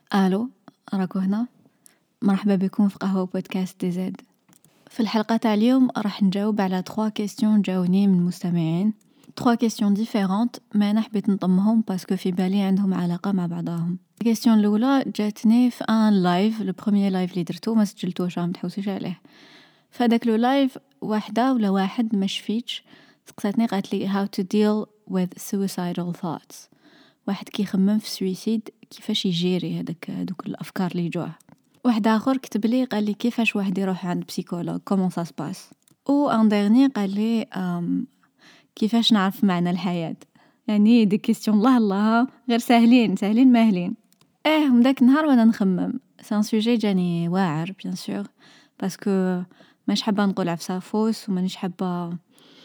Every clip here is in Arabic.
الو، راكو هنا. مرحبا بكم في قهوة بودكاست دي زد. في الحلقة تاع اليوم راح نجاوب على 3 كيستيون جاوني من المستمعين. 3 كيستيون ديفيرونت، ما انا حبيت نطمهم باسكو في بالي عندهم علاقة مع بعضهم. الكيستيون الاولى جاتني في ان لايف، لو بروميير لايف اللي درتو ما سجلتوش، ما تحوسوش عليه. فهداك لو لايف واحدة ولا واحد ما شفيتش سقساتني، قالت لي how to deal with suicidal thoughts. واحد كيخمم في سويسيد كيفاش يجيري هذوك الافكار اللي يجوه. واحد اخر كتب لي قال لي كيفاش واحد يروح عند بسيكولوج، كومون سا سباس. او ان ديرني قال لي كيفاش نعرف معنى الحياة. يعني دي كيستيون الله غير ساهلين ماهلين. من داك النهار وانا نخمم سان سوجي جاني واعر بيان سور، باسكو مانيش حابه نقول عفسه فوس، ومانيش حابه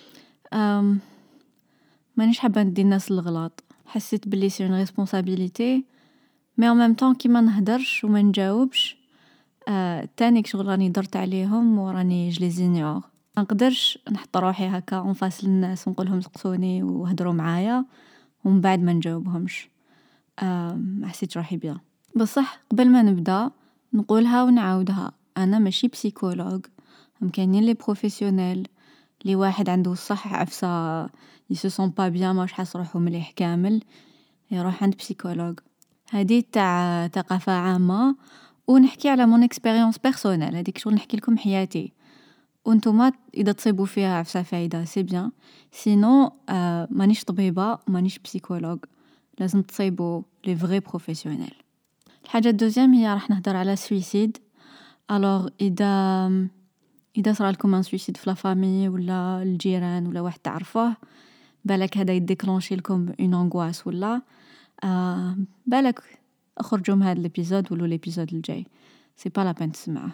مانيش حابه ندي الناس الغلط. حسيت بلي سي اون ريسبونسابيلتي، مي ان ميم طون كي ما نهدرش وما نجاوبش تانيك شغل راني درت عليهم وراني جليزينيور. ما نقدرش نحط روحي هكا اون فاس للناس ونقول لهم سقسوني وهدروا معايا ومن بعد ما نجاوبهمش. ما حسيت روحي بيان. بصح قبل ما نبدا نقولها ونعاودها، انا ماشي بسيكولوج. كاينين لي بروفيسيونيل لي واحد عنده الصح عفسه يسو سون با بيان، ماش حاس روحو مليح كامل، يروح عند بسيكولوج. هذه تاع ثقافه عامه، ونحكي على مون اكسبيريونس بيرسونيل، هذيك شغل نحكي لكم حياتي. وانتوما اذا تصيبوا فيها عفسه فايده سي بيان، سينو مانيش طبيبه مانيش بسيكولوج. لازم تصيبوا لي فري بروفيسيونيل. الحاجه الدوزيام هي راح نهضر على سويسيد. الوغ اذا صرا لكم ان سويسيد في لا فامي ولا الجيران ولا واحد تعرفوه، بالك هذا يديكلونشي لكم اون انغواس، ولا بالك اخرجوا من هذا الابيزود ولو الابيزود الجاي، سي با لا بين تسمعه.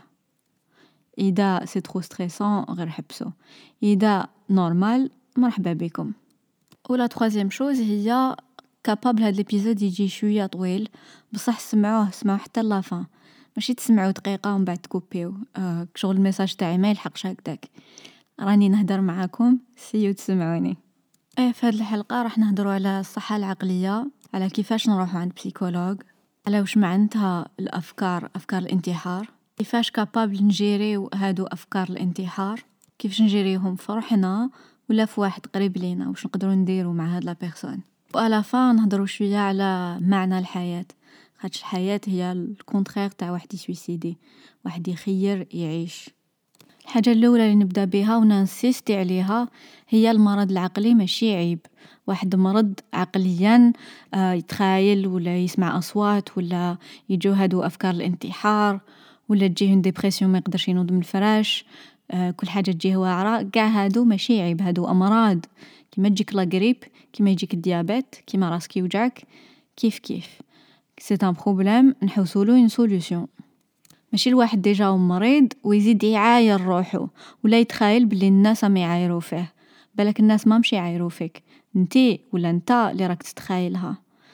اذا سي ترو ستريسون غير حبسوا، اذا نورمال مرحبا بكم. ولا تروازيام شوز هي كابابل هذا الابيزود يجي شويه طويل، بصح سمعوه حتى لافان، ماشي تسمعوا دقيقه ومن بعد تكوبيو. شغل الميساج تاعي ما يلحقش هكذاك، راني نهدر معاكم سيو تسمعوني. في هذه الحلقه راح نهضروا على الصحه العقليه، على كيفاش نروحوا عند بسيكولوج، على واش معناتها افكار الانتحار، كيفاش كابابل نجيريو هادو افكار الانتحار، كيفاش نجيريهم في روحنا ولا في واحد قريب لينا، واش نقدروا نديروا مع هاد لا بيرسون. والا فا نهضروا شويه على معنى الحياه، خاطش الحياه هي الكونترير تاع واحد يسويسيدي، واحد يخير يعيش. الحاجه الاولى اللي نبدا بها وننسيستي عليها هي المرض العقلي ماشي عيب. واحد مرض عقليا يتخايل ولا يسمع اصوات ولا يجو هادو افكار الانتحار ولا تجيه ديبرسيون ما يقدرش ينوض من الفراش، كل حاجه تجيه واعره، كاع هادو ماشي عيب، هادو امراض كيما تجيك لا غريب، كيما يجيك الديابيت، كيما راسك يوجعك، كيف سي ان بروبليم نحوسولو اون سوليوشن. ماشي الواحد ديجا مريض ويزيد يعاير روحو ولا يتخايل بلي الناس ما يعايروا فيه. بالك الناس ما مشي يعايروا فيك، انتي ولا انت اللي راك تتخايلها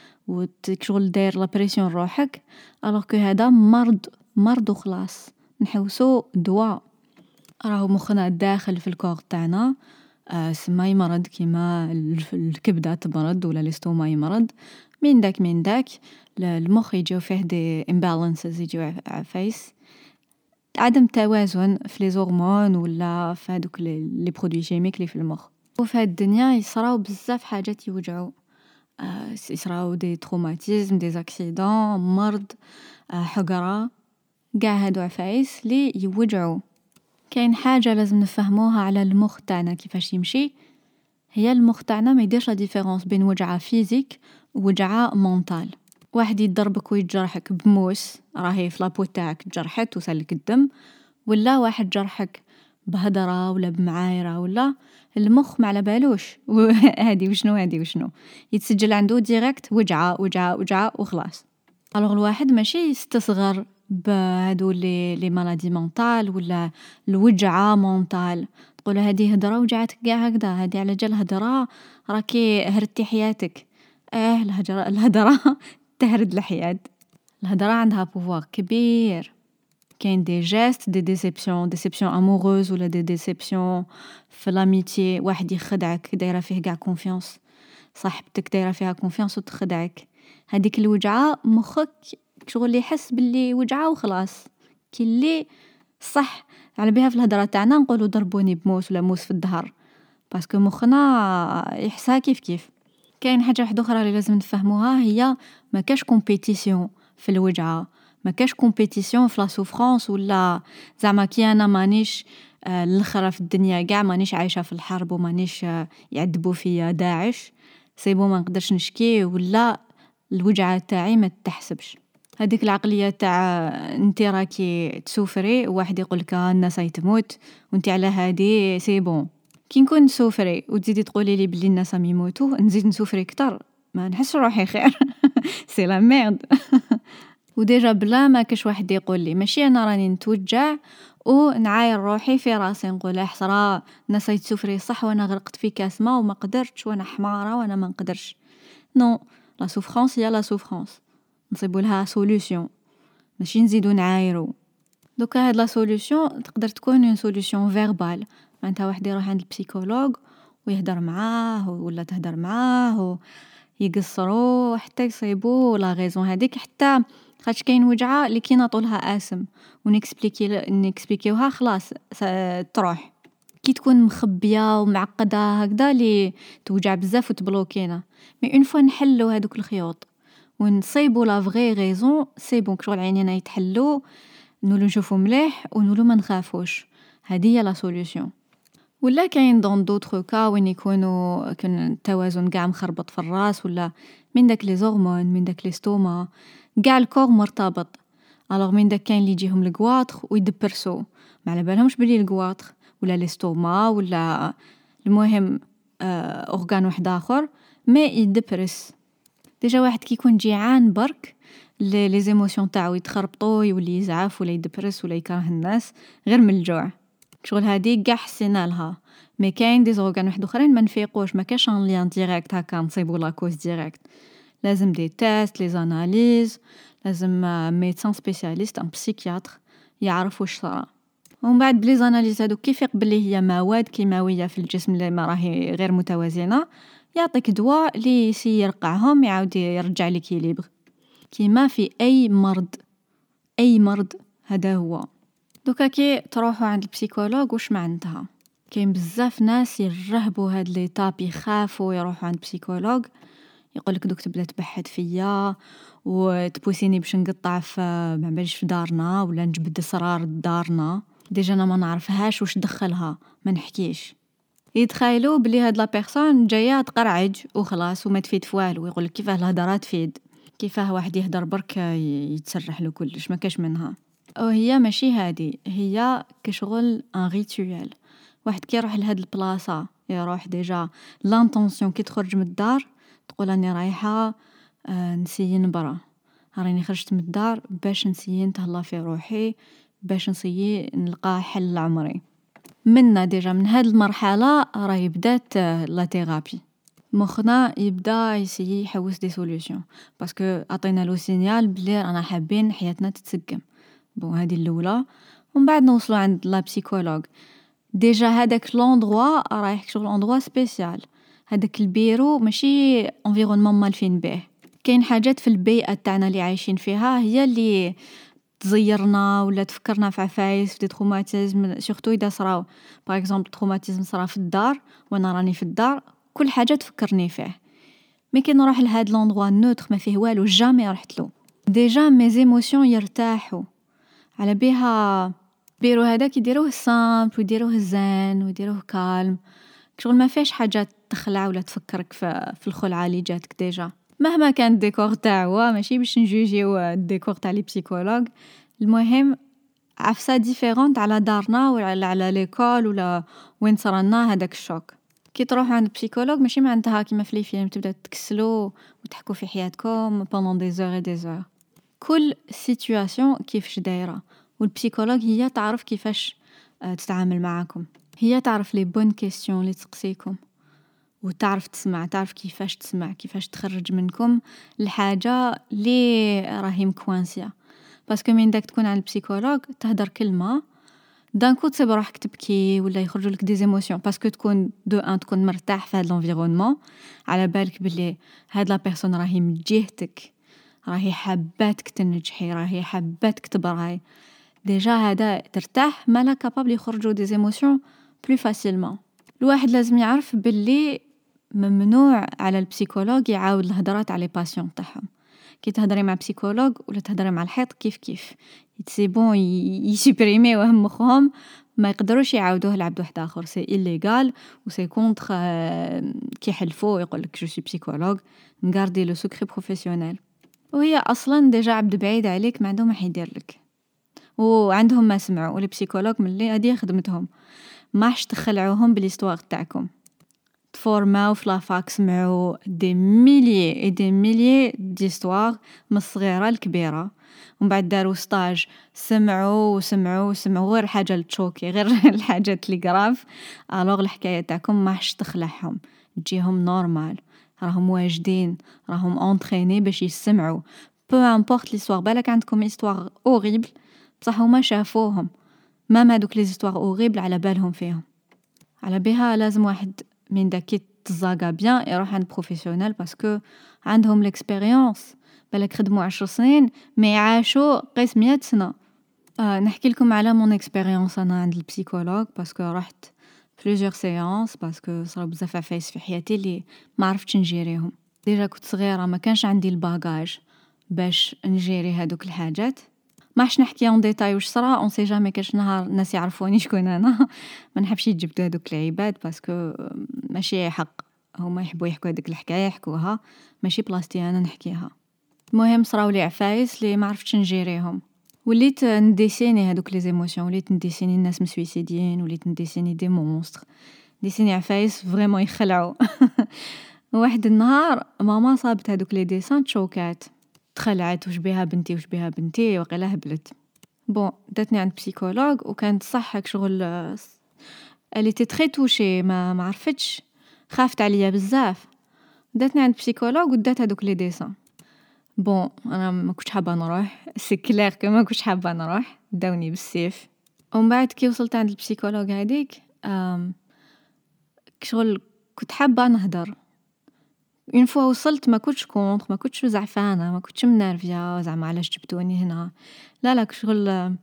وتشغل داير لا بريسيون روحك، الوغ كو هذا مرض وخلاص. نحوسو دواء، راهو مخنا داخل في الكور تاعنا، سما يمرض كيما الكبده تمرض ولا الاستوما يمرض. من داك المخ يجيو فيه دي امبالانسز، يجيو عفايس، عدم توازن في لي هرمون ولا في هذوك لي برودوي كيميك اللي في المخ. وفي هاد الدنيا يصراو بزاف حاجات يوجعوا، يصراو دي تروماتيزم، دي اكسيدون، مرض، حقره، كاع هادو عفايس لي يوجعوا. كاين حاجه لازم نفهموها على المخ تاعنا كيفاش يمشي، هي المخ تاعنا ما يديرش لا ديفيرونس بين وجعه فيزيك ووجعه مونطال. واحد يضربك ويجرحك بموس راهي في لابو تاعك تجرحت وسالك الدم، ولا واحد جرحك بهدرة ولا بمعايرة، ولا المخ ما على بالوش هادي وشنو يتسجل عنده ديريكت وجعه وخلاص. الوغ الواحد ماشي يستصغر بهادو لي مالادي مونطال ولا الوجعه مونطال، تقول هذه هدره وجعتك كاع هكذا، هذه على جال هدره راكي هرتي حياتك. الهدره تهرد الحياة. الهدره عندها بوفوار كبير. كاين دي جيست، دي ديسيبسيون اموروز ولا دي ديسيبسيون في لاميتي، واحد يخدعك دايره فيه كاع كونفيانس، صاحبتك دايره فيها كونفيانس وتخدعك، هذيك الوجعه مخك شغل اللي يحس باللي وجعه وخلاص. كي اللي صح على بها في الهضره تاعنا نقولوا ضربوني بموس ولا موس في الظهر، باسكو مخنا يحسها كيف كيف. كاين حاجه واحده اخرى اللي لازم نفهموها، هي ما كاش كومبيتيسيون في الوجعه، ما كاش كومبيتيسيون في لا سوفرانس، ولا زعما كي انا مانيش الاخرى في الدنيا كاع، مانيش عايشه في الحرب ومانيش يعذبوا فيا داعش، سيبو ما نقدرش نشكي ولا الوجعه تاعي ما تحسبش. هذيك العقليه تاع انت راكي تسوفري وواحد يقول لك الناس راهي تموت وانت على هادي سي بون. كي نكون نسوفري وتزيدي تقولي لي بلي الناس راهم يموتوا نزيد نسوفري اكثر، ما نحس روحي خير. سي لا ميرد. وديجا بلا ما كاش واحد يقول لي، ماشي انا راني نتوجع ونعاير روحي في راسي نقول حسرة الناس راهي تسوفري صح وانا غرقت في كاس ما وما قدرتش وانا حماره وانا ما نقدرش. نو، لا سوفرانس هي لا سوفرانس، نصيبوا لها سوليوشن، ماشي نزيدو نعايرو. دوكا هاد لا سوليوشن تقدر تكون اون سوليوشن فيربال، معناتها واحد يروح عند البسيكولوج ويهدر معاه ولا تهدر معاه يقصروا حتى يصيبوا لا غيزون هذيك، حتى خاطش كاين وجعه اللي كي نعطولها اسم ونكسبليكيوها خلاص تروح. كي تكون مخبيه ومعقده هكذا اللي توجع بزاف وتبلوكينا، مي اون فوا نحلو هذوك الخيوط ونصيبوا لا فغي غيزون، سي بون شغل عينينا يتحلوا، نولو نشوفو مليح ونولو ما نخافوش. هذه هي لا سوليوشن. ولا كاين دون دوطخ كا وين يكونوا كان التوازن كاع مخربط في الراس، ولا من داك لي زورمون من داك لي ستوما كاع الكور مرتبط. الوغ من داك كاين اللي يجيهم الكواطخ ويدبرسو، ما على بالهمش بلي الكواطخ ولا لي ستوما ولا المهم اورغان واحد اخر مي يدبرس. ديجا واحد كي يكون جيعان برك لي زيموسيون تاعو يتخربطوا، يولي يزعف ولا يدبرس ولا يكره الناس غير من الجوع. شغل هذه كاع حسينا لها. مي كاين دي زورغان واحد اخرين ما نفيقوش، ما كاش ان ليان ديريكت هكا نصيبوا لا كوز ديريكت. لازم دي تيست، لي زاناليز، لازم ميدسان سبيسياليست ان بسيكياتر يعرف واش صرا. ومن بعد بلي زاناليز هذوك كيف يقبل هي مواد كيماويه في الجسم اللي ما راهي غير متوازنه، يعطيك دواء اللي يسي يرقعهم يعاود يرجع ليكيليبر. كيما في اي مرض، اي مرض هذا هو. دوكا كي تروحوا عند البسيكولوج واش معناتها؟ كاين بزاف ناس يرهبوا هاد ليطاب، يخافوا يروحوا عند بسيكولوج، يقولك دوك تبدا تبحث فيا وتبوسيني باش نقطع في ما باليش في دارنا ولا نجبد اسرار دارنا. ديجا انا ما نعرفهاش واش دخلها، ما نحكيش. يتخيلوا بلي هاد لا بيرسون جايه تقرعج وخلاص وما تفيد فوالو، يقولك كيفاه الهضره تفيد، كيفاه واحد يهدر برك يتسرح له كلش، ما كاش منها. وهي ماشي هادي، هي كشغل ان ريتوال. واحد كي يروح لهاد البلاصه يروح ديجا لانطونسيون كي تخرج من الدار تقول راني رايحه نسيي نبرا، راني خرجت من الدار باش نسيي نتهلا في روحي، باش نسيي نلقى حل لعمري. منا ديجا من هاد المرحله راهي بدات لا ثيرابي، مخنا يبدا يسيي يحوس دي سوليوشن، باسكو عطينا له سينيال بلي رانا حابين حياتنا تتسقم. بون هذه الاولى، ومن بعد نوصلوا عند لا بسيكولوج. ديجا هذاك لوندروا رايح شغل اندروا سبيسيال، هذاك البيرو ماشي انفيرونمون مالفين به. كاين حاجات في البيئه تاعنا اللي عايشين فيها هي اللي تزيرنا ولا تفكرنا في عفايس، في دي تروماتيزم، سورتو اذا صراو باغ اكزومبل تروماتيزم صرا في الدار وانا راني في الدار، كل حاجه تفكرني فيه. مي كي نروح لهاد لوندروا نوتر ما فيه والو جامي رحت له، ديجا مي زيموسيون يرتاحوا. على بها بيرو هذاك يديروه سامبل ويديروه زين ويديروه كالم، شغل ما فيش حاجه تخلع ولا تفكرك في الخلعه اللي جاتك ديجا. مهما كان الديكور تاعو ماشي باش نجوجيو الديكور تاع لي بسيكولوج، المهم عفسه ديفيرونت على دارنا ولا على ليكول ولا وين صرالنا هذاك الشوك. كي تروح عند بسيكولوج ماشي معناتها كيما في لي فيلم تبدا تكسلو وتحكوا في حياتكم pendant des heures et des heures. كل سيتوياسيون كيفاش دايره، والبسيكولوج هي تعرف كيفاش تتعامل معاكم، هي تعرف لي بون كيسيون اللي تسقسيكم، وتعرف تسمع، تعرف كيفاش تسمع، كيفاش تخرج منكم الحاجه اللي راهي مكوانسيه. باسكو من داك تكون عند البسيكولوج تهدر كلمه دانكو تصيب روحك تبكي ولا يخرجوا لك دي زيموسيون، باسكو تكون دو ان تكون مرتاح في هذا الانفيرونمون، على بالك بلي هاد لا بيرسون راهي من جهتك، راهي حباتك تنجحي، راهي حباتك تبرعي، ديجا هذا ترتاح مالا كابابل يخرجوا دي زيموسيون بلو فاسيلمون. الواحد لازم يعرف باللي ممنوع على البسيكولوج يعاود الهضرات على لي باسيون تاعهم. كي تهضري مع بسيكولوج ولا تهضري مع الحيط كيف سي بون يسوبريمي وهم مخهم، ما يقدروش يعاودوه لعبد واحد اخر، سي إليغال و سي كونطخ كي يحلفوا يقول لك جو سي بسيكولوج نغاردي لو سكري بروفيسيونيل. وهي اصلا ديجا عبد بعيد عليك ما عندهم ما يدير لك، وعندهم ما سمعوا لي بسيكولوج ملي هذه خدمتهم، ماش تخلعوهم باليستوار تاعكم. تفورماو في لافاك سمعوا دي ميليي اي دي ميليي ديستوار من الصغيره الكبيره، ومن بعد داروا ستاج سمعوا وسمعوا وسمعوا غير حاجه تشوكي، غير الحاجات اللي غراف. الوغ الحكايه تاعكم ماش تخلعهم، تجيهم نورمال، راهم واجدين، راهم اونطريني باش يسمعوا بو امبورط ليستوار. بالك عندكم استوار اوريبل بصح هما شافوهم، ما هذوك لي زيستوار اوريبل على بالهم فيهم. على بها لازم واحد من داك تزاقا بيان يروح عند بروفيسيونيل باسكو عندهم ليكسبيريونس، بالك خدموا 10 سنين ما يعاشوا قيس 100 سنه. نحكي لكم على مون اكسبيريونس انا عند البسيكولوج، باسكو رحت بليزيور سيونس، باسكو صراو بزاف عفايس في حياتي اللي ما عرفتش نجيريهم. ديجا كنت صغيره ما كانش عندي الباغاج باش نجيري هذوك الحاجات. ما حش نحكي اون ديتاي واش صرا، اون سي جامي كاش نهار الناس يعرفوني شكون انا. ما نحبش يجبدوا هذوك العباد باسكو ماشي حق، هما يحبوا يحكوا هذيك الحكايه يحكوها، ماشي بلاصتي انا نحكيها. المهم صراو لي عفايس اللي ما عرفتش نجيريهم، وليت نديسيني هذوك لي زيموسيون، وليت نديسيني الناس مسويسيدين، وليت نديسيني دي مونستر، ديسيني عفايس فريمون يخلعوا. واحد النهار ماما صابت هذوك لي ديسان تشوكات، تخلعت وش بها بنتي وش بها بنتي وقيلا هبلت. بون داتني عند بسيكولوج وكانت صح شغل اللي تي توشي ما عرفتش، خافت عليا بزاف، داتني عند بسيكولوج ودات هذوك لي ديسان. بون انا ما كنتش حابه نروح، سي كلير كو ما كنتش حابه نروح، داوني بالسيف. ومن بعد كي وصلت عند البسيكولوج هذيك شغل كنت حابه نهدر. اون فوا وصلت ما كنتش كونطخ، ما كنتش زعفانه، ما كنتش منرفيه زعما علاش جبتوني هنا، لا لا شغل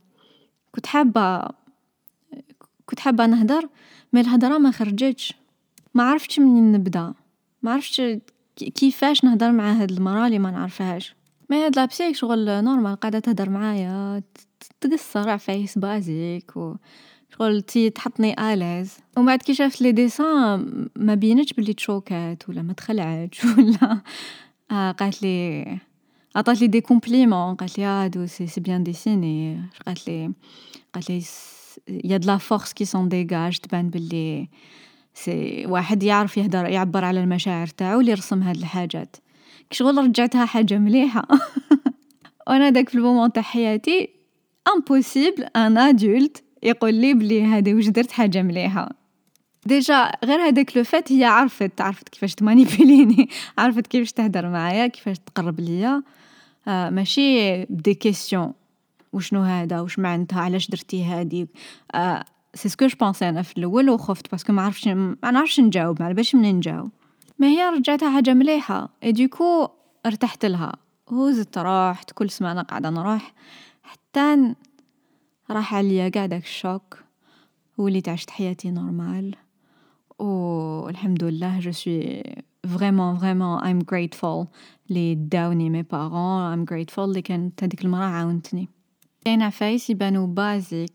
كنت حابه نهدر، مي الهضره ما خرجتش، ما عرفتش منين نبدا، ما عرفتش كيفاش نهدر مع هاد المراه اللي ما نعرفهاش. ما هاد لابسيك شغل نورمال قاعده تهدر معايا تقصر عفايس بازيك و شغل تحطني آلاز. ومن بعد كي شافت لي ديسان ما بينتش بلي تشوكات ولا ما تخلعتش ولا قالت لي عطات لي دي كومبليمون، قالت لي هادو سي بيان ديسيني، قالت لي يا د لا فورس كي سون ديغاج، تبان بلي سي واحد يعرف يهدر يعبر على المشاعر تاعو اللي رسم هاد الحاجات. شغل رجعتها حاجه مليحه. وانا داك في المومون تاع حياتي امبوسيبل ان ادولت يقول لي بلي هذه واش درت حاجه مليحه. ديجا غير هذاك لو فات هي عرفت كيفاش تمانيبيليني، عرفت كيفاش تهدر معايا، كيفاش تقرب ليا، ماشي بدي كيسيون وشنو هذا واش معناتها علاش درتي هذه. سي سكو جو بونسي انا في الاول وخفت باسكو ما نعرفش نجاوب، ما باش منين نجاوب. ما هي رجعتها حاجه مليحه اي دوكو ارتحت لها، وزدت رحت كل سمانه قاعده نروح حتى راح عليا قاع داك الشوك، وليت عشت حياتي نورمال والحمد لله. جو سوي فريمون I'm grateful لي داوني مي بارون، I'm grateful لي كانت هذيك المراه عاونتني. كاين عفايس يبانوا بازيك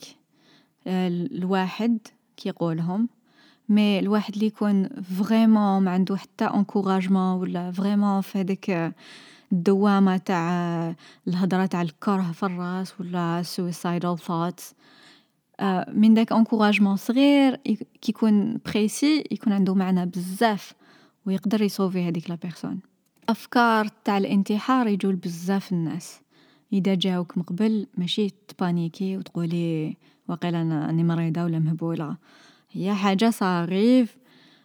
الواحد كيقولهم، مي الواحد اللي يكون فريمون ما عنده حتى انكوراجمون ولا فريمون في هذيك الدوامه تاع الهضره تاع الكره في الراس ولا suicidal thoughts، من داك انكوراجمون صغير كي يكون بريسي يكون عنده معنى بزاف ويقدر يسوفي هذيك لا بيرسون. افكار تاع الانتحار يجول بزاف الناس، اذا جاوك مقبل ماشي تبانيكي وتقولي واقيلا انا راني مريضه ولا مهبوله، هي حاجه صاريف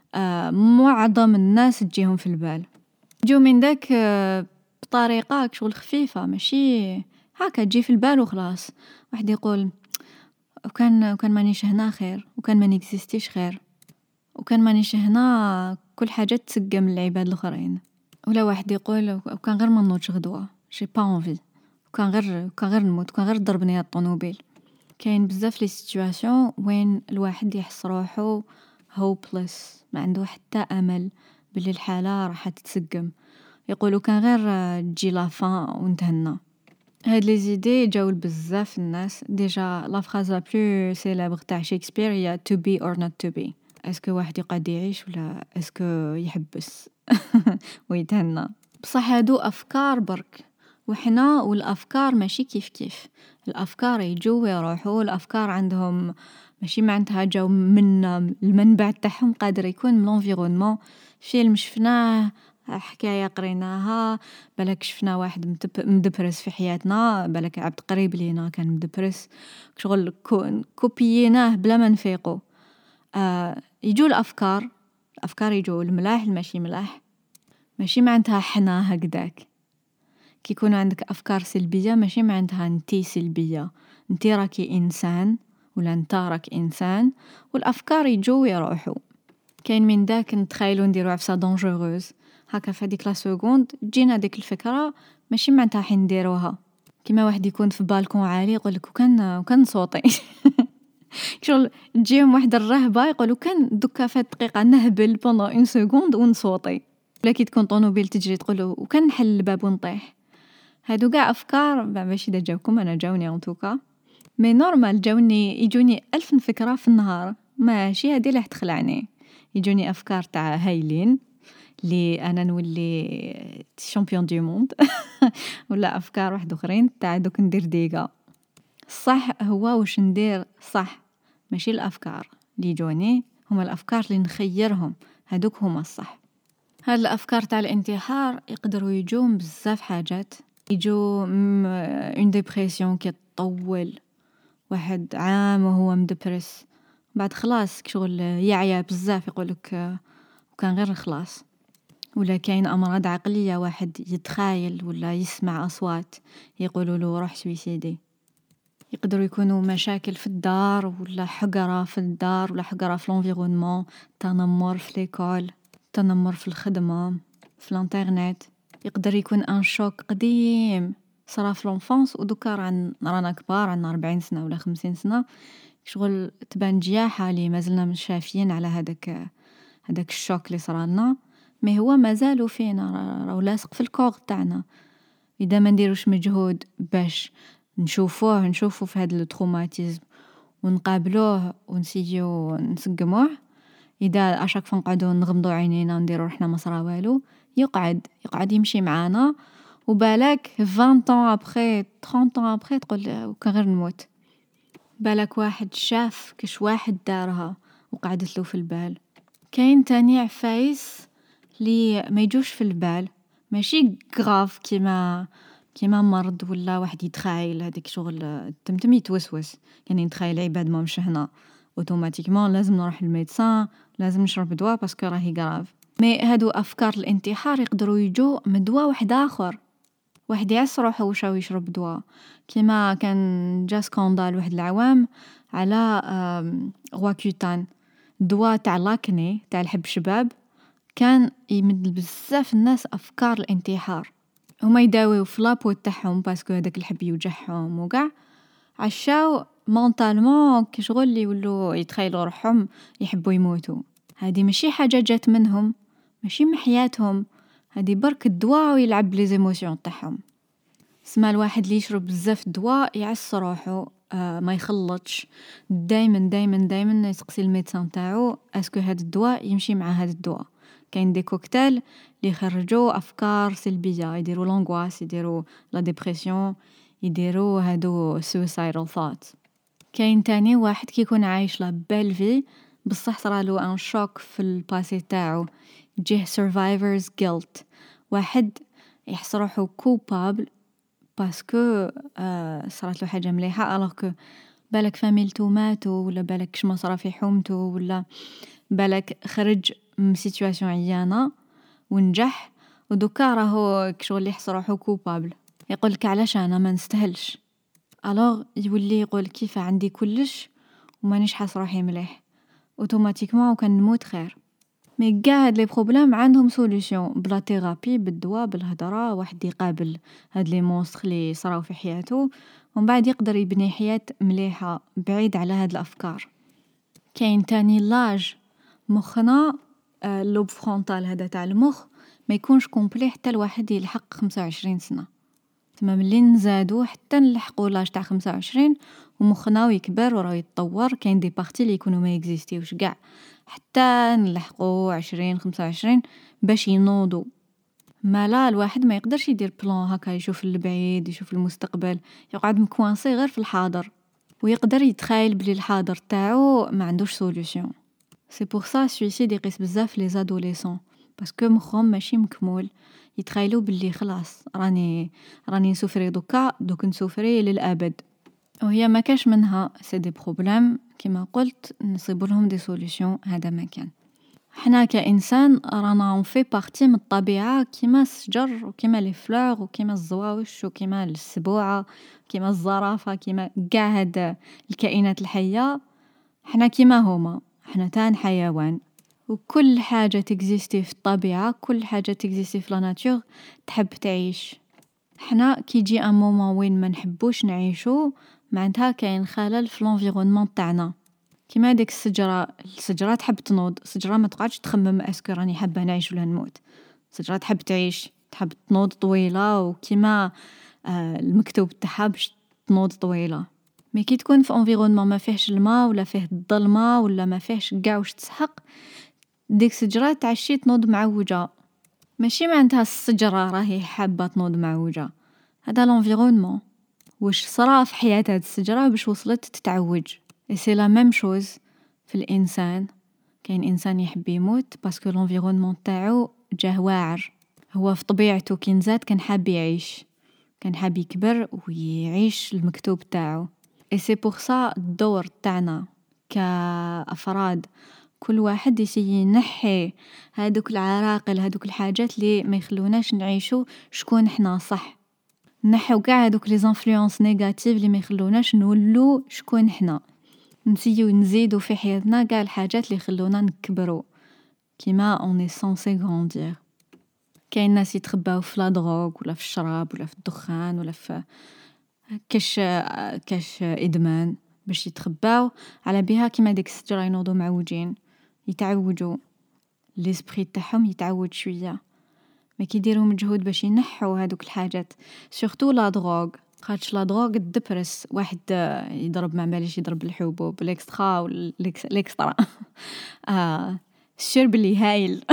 معظم الناس تجيهم في البال، جو من داك بطريقه شغل خفيفه ماشي هكا تجي في البال وخلاص. واحد يقول وكان مانيش هنا خير، وكان ما نيكزيستيش خير، وكان مانيش هنا كل حاجه تسقى من العباد الاخرين. ولا واحد يقول وكان غير ما نوضش غدوه j'ai pas envie كان غير نموت، كان غير ضربني هاد الطونوبيل. كاين بزاف لي سيتوياسيون وين الواحد يحس روحو hopeless، ما عنده حتى امل بلي الحاله راح تتسقم. يقولوا كان غير تجي لا فان وانتهنا. هاد لي زيدي جاو لبزاف الناس. ديجا لا فراز لا بلو سيليبر تاع شكسبير هي to be or not to be. اسكو واحد يقعد يعيش ولا اسكو يحبس ويتهنى. بصح هادو افكار برك، وحنا والافكار ماشي كيف كيف. الافكار يجوا ويروحوا، الافكار عندهم ماشي معناتها جاو من المنبع تاعهم، قادر يكون من l'environnement. فيلم شفناه، حكايه قريناها، بالك شفنا واحد مدبرس في حياتنا، بالك عبد قريب لينا كان مدبرس، شغل كوبييناه بلا ما نفيقو. يجوا الافكار يجوا الملاح الماشي ملاح، ماشي معناتها حنا هكذاك. كي يكون عندك افكار سلبيه ماشي معناتها انتي سلبيه، انتي راكي انسان ولا انت راك انسان، والافكار يجوا ويروحوا. كاين من داك نتخيلوا نديروا عفسه دونجوروز هكا في هذيك لا سكوند تجينا ديك الفكره، ماشي معناتها حين نديروها. كيما واحد يكون في بالكون عالي يقول لك وكان صوتي شغل تجيهم واحد الرهبه يقولوا كان دوكا في دقيقه نهبل بوندون اون سكوند ونصوتي. ولا كي تكون طونوبيل تجري تقولوا وكان نحل الباب ونطيح. هادو كاع افكار ماشي دا جاوكم، انا جاوني ان توكا مي نورمال يجوني 1000 فكره في النهار، ماشي هادي اللي تخلعني. يجوني افكار تاع هايلين لي انا نولي شامبيون دو موند ولا افكار واحد اخرين تاع دوك ندير ديغا. صح هو واش ندير صح، ماشي الافكار اللي يجوني هما الافكار اللي نخيرهم، هادوك هما الصح. هاد الافكار تاع الانتحار يقدروا يجوا بزاف حاجات. يجوا اون ديبرسيون كي تطول واحد عام وهو مدبرس، بعد خلاص شغل يعيا بزاف يقولك وكان غير خلاص. ولا كاين امراض عقليه، واحد يتخايل ولا يسمع اصوات يقولوا له روح سويسيدي. يقدروا يكونوا مشاكل في الدار ولا حقره في الدار ولا حقره في الانفيرونمون، تنمر في ليكول، تنمر في الخدمه، في الانترنت. يقدر يكون ان شوك قديم صرا في لونفونس ودوكا رانا كبار عندنا 40 سنه ولا 50 سنه، شغل تبان جياحه لي مازلنا مش شافيين على هذاك الشوك اللي صرالنا. مي هو مازالو فينا، راهو لاصق في الكور تاعنا. اذا ما نديروش مجهود باش نشوفو في هذا التروماتيزم ونقابلوه ونسيو نسقموه، اذا اشاك فنقعدوا نغمضوا عينينا ونديروا روحنا ما صرا والو، يقعد يمشي معانا، وبالك 20 طون ابري 30 طون ابري تقول وكان غير نموت. بالك واحد شاف كش واحد دارها وقعدت له في البال. كاين تاني عفايس لي ما يجوش في البال، ماشي غراف كيما مرض ولا واحد يتخايل هذيك شغل تمتم يتوسوس. يعني نتخيل عباد ما مش هنا اوتوماتيكمون لازم نروح للميدسان، لازم نشرب دواء باسكو راهي غراف. مي هادو افكار الانتحار يقدروا يجوا من دواء واحد اخر، واحد يعس روحه واش راه يشرب دواء. كيما كان جا سكاندال واحد العوام على غواكوتان، دواء تاع لاكني تاع الحب شباب، كان يمد بزاف الناس افكار الانتحار. هما يداويو في لابو تاعهم باسكو هذاك الحب يوجعهم وكاع، عشاو مونطالمون كشغل اللي يولوا يتخيلوا روحهم يحبوا يموتوا. هذه ماشي حاجه جات منهم، ماشي من حياتهم، هذه برك الدواء ويلعب لي زيموسيون تاعهم. سما الواحد اللي يشرب بزاف دواء يعس روحه، ما يخلطش، دايما يسقسي الميدسان تاعو اسكو هاد الدواء يمشي مع هاد الدواء. كاين دي كوكتيل اللي يخرجوا افكار سلبيه، يديروا لونغواس، يديروا لا ديبرسيون، يديروا هادو suicidal thoughts. كاين تاني واحد كيكون عايش لا بيل في بصح صرالو ان شوك في الباسي تاعو، جيه survivor's guilt. واحد يحس روحو كوبابل باسكو صرات له حاجه مليحه، الوغ كو بالك فاميلتو ماتوا، ولا بالك شما صرا في حومته، ولا بالك خرج من سيتواسيون عيانه ونجح، ودوكا راهو كشغل يحس روحو كوبابل، يقول لك علاش انا ما نستاهلش. الوغ يولي يقول كيف عندي كلش ومانيش حاس روحي مليح، اوتوماتيكمون وكان نموت خير. مي كاع هاد لي بروبليم عندهم سوليوشن بلا ثيرابي، بالدواء، بالهضره. واحد يقابل هاد لي مونستر لي صراو في حياته ومن بعد يقدر يبني حياة مليحة بعيد على هاد الافكار. كاين تاني لاج مخنا اللوب فرونتال هذا تاع المخ ما يكونش كومبلي حتى الواحد يلحق 25 سنة. تما ملي نزادو حتى نلحقوا لاج تاع 25 ومخنا يكبر وراه يتطور، كاين دي بارتي اللي يكونوا ما اكزيستيوش كاع حتى نلحقوا 20 25 باش ينوضوا. ما لا الواحد ما يقدرش يدير بلان هكا يشوف البعيد يشوف المستقبل، يقعد مكوانسي غير في الحاضر ويقدر يتخيل بلي الحاضر تاعو ما عندوش سوليوشن. سي بور سا السويسيد يقيس بزاف لي زادوليسون باسكو مخهم ماشي مكمول، يتخيلوا باللي خلاص راني نسوفري دوك نسوفري للابد. وهي ما كاش منها سي دي بروبليم كيما قلت نصيب لهم دي سوليوشن. هذا ما كان. حنا كإنسان رانا اون في بارتي من الطبيعة كيما الشجر وكيما لي فلور وكيما الزواوش وكيما السبوعة كيما الزرافة كيما كاع هاد الكائنات الحية. حنا كيما هما، حنا تان حيوان وكل حاجة تكزيستي في الطبيعة، كل حاجة تكزيستي في لا ناتور تحب تعيش. حنا كي يجي ان مومون وين ما نحبوش نعيشو معناتها كاين خلل في لونفيرونمون تاعنا. كيما ديك الشجرة تحب تنوض، الشجرة ما تقعدش تخمم اسكو راني حابة نعيش ولا نموت. الشجرة تحب تعيش، تحب تنوض طويلة وكيما المكتوب تاعها باش تنوض طويلة. مي كي تكون في انفيرونمون ما فيهش الماء ولا فيه الظلمة ولا ما فيهش كاع واش تسحق، ديك الشجرة تعشي تنوض معوجة. ماشي معناتها الشجرة راهي حابة تنوض معوجة، هذا لونفيرونمون واش صرا في حياة هاد الشجرة باش وصلت تتعوج. اي سي لا ميم شوز في الانسان. كاين انسان يحب يموت باسكو لونفيرونمون تاعو جاه واعر. هو في طبيعته كي نزاد كان حاب يعيش، كان حاب يكبر ويعيش المكتوب تاعو. اي سي بور سا الدور تاعنا كأفراد كل واحد ينحي هادوك العراقل هادوك الحاجات اللي ما يخلوناش نعيشو شكون احنا صح. نحيو كاع هادوك لي زانفلونس نيجاتيف اللي ما يخلوناش نولو شكون احنا. نسيو نزيدو في حياتنا كاع الحاجات اللي يخلونا نكبرو كيما اون اي سونسي غراندير. كاين ناس يتخباو في لا دروغ ولا في الشراب ولا في الدخان ولا في كاش ادمان باش يتخباو على بها كيما ديك الشجرة ينوضوا معوجين يتعوجوا ليسبري تاعهم يتعود شويه. ما كيديروا مجهود باش ينحوا هذوك الحاجات سورتو لا دروغ. خاطش لا دروغ دبرس واحد يضرب ما باليش يضرب الحبوب الاكسترا والاكسترا الشرب اللي هايل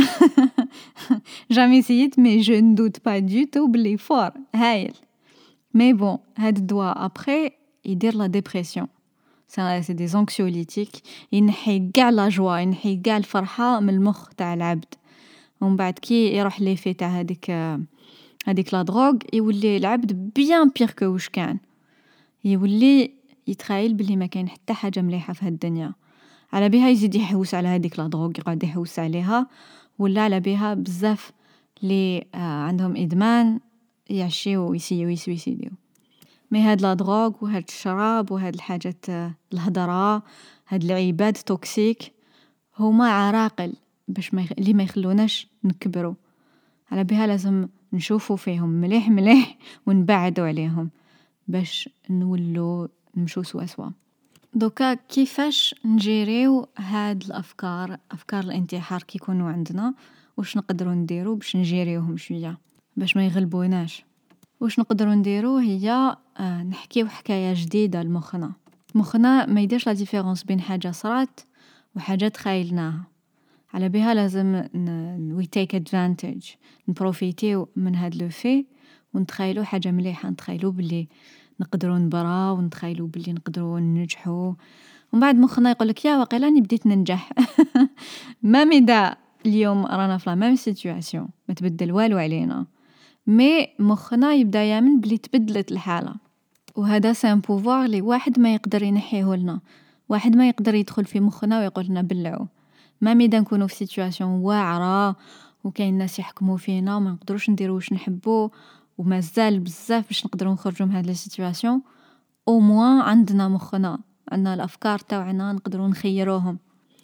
جامي سيت مي جو ندوت با دو تو بلي فور هايل. مي بون هاد الدواء ابخي يدير لا ديبرسيون، سي دي زونكسيوليتيك، ينحي كاع لا جوا ينحي كاع الفرحة من المخ تاع العبد. ومن بعد كي يروح ليفي تاع هذيك لا دروغ يولي العبد بيان بير كو واش كان، يولي يتخيل بلي ما كاين حتى حاجة مليحة في هالدنيا. على بها يزيد يحوس على هذيك لا دروغ، يقعد يحوس عليها. ولا على بها بزاف اللي عندهم ادمان يعشيو ويسيو يسويسيديو. مي هاد لا دروغ وهاد الشراب وهاد الحاجات الهضره هاد العباد توكسيك هما عراقل باش اللي ما يخلوناش نكبروا. على بها لازم نشوفوا فيهم مليح مليح ونبعدوا عليهم باش نولوا نمشوا سوا سوا. دوكا كيفاش نجيريو هاد الافكار، افكار الانتحار كي يكونوا عندنا، واش نقدروا نديروا باش نجيريوهم شويه باش ما يغلبوناش؟ واش نقدروا نديروا هي نحكيو حكايه جديده لمخنا. مخنا ما يديرش لا ديفيرونس بين حاجه صرات وحاجه تخيلناها. على بها لازم وي تيك ادفانتج، نبروفيتيو من هاد لو في ونتخيلوا حاجه مليحه، نتخيلوا باللي نقدروا نبراو ونتخيلوا باللي نقدروا ننجحوا. ومن بعد مخنا يقولك يا واقيلا راني بديت ننجح ما ميدا اليوم رانا في لا ميم سيتوياسيون ما تبدل والو علينا، مي مخنا يبدا يامن بلي تبدلت الحاله. وهذا سان بوفوار لي واحد ما يقدر ينحيه لنا، واحد ما يقدر يدخل في مخنا ويقول لنا بلعوا. ما ميدا نكونوا في سيتوياسيون واعره وكاين ناس يحكموا فينا وما نقدروش نديروا واش نحبوا ومازال بزاف باش نقدروا نخرجوا من هذه لي سيتوياسيون، او موان عندنا مخنا، عندنا الافكار تاعنا نقدروا نخيروهم.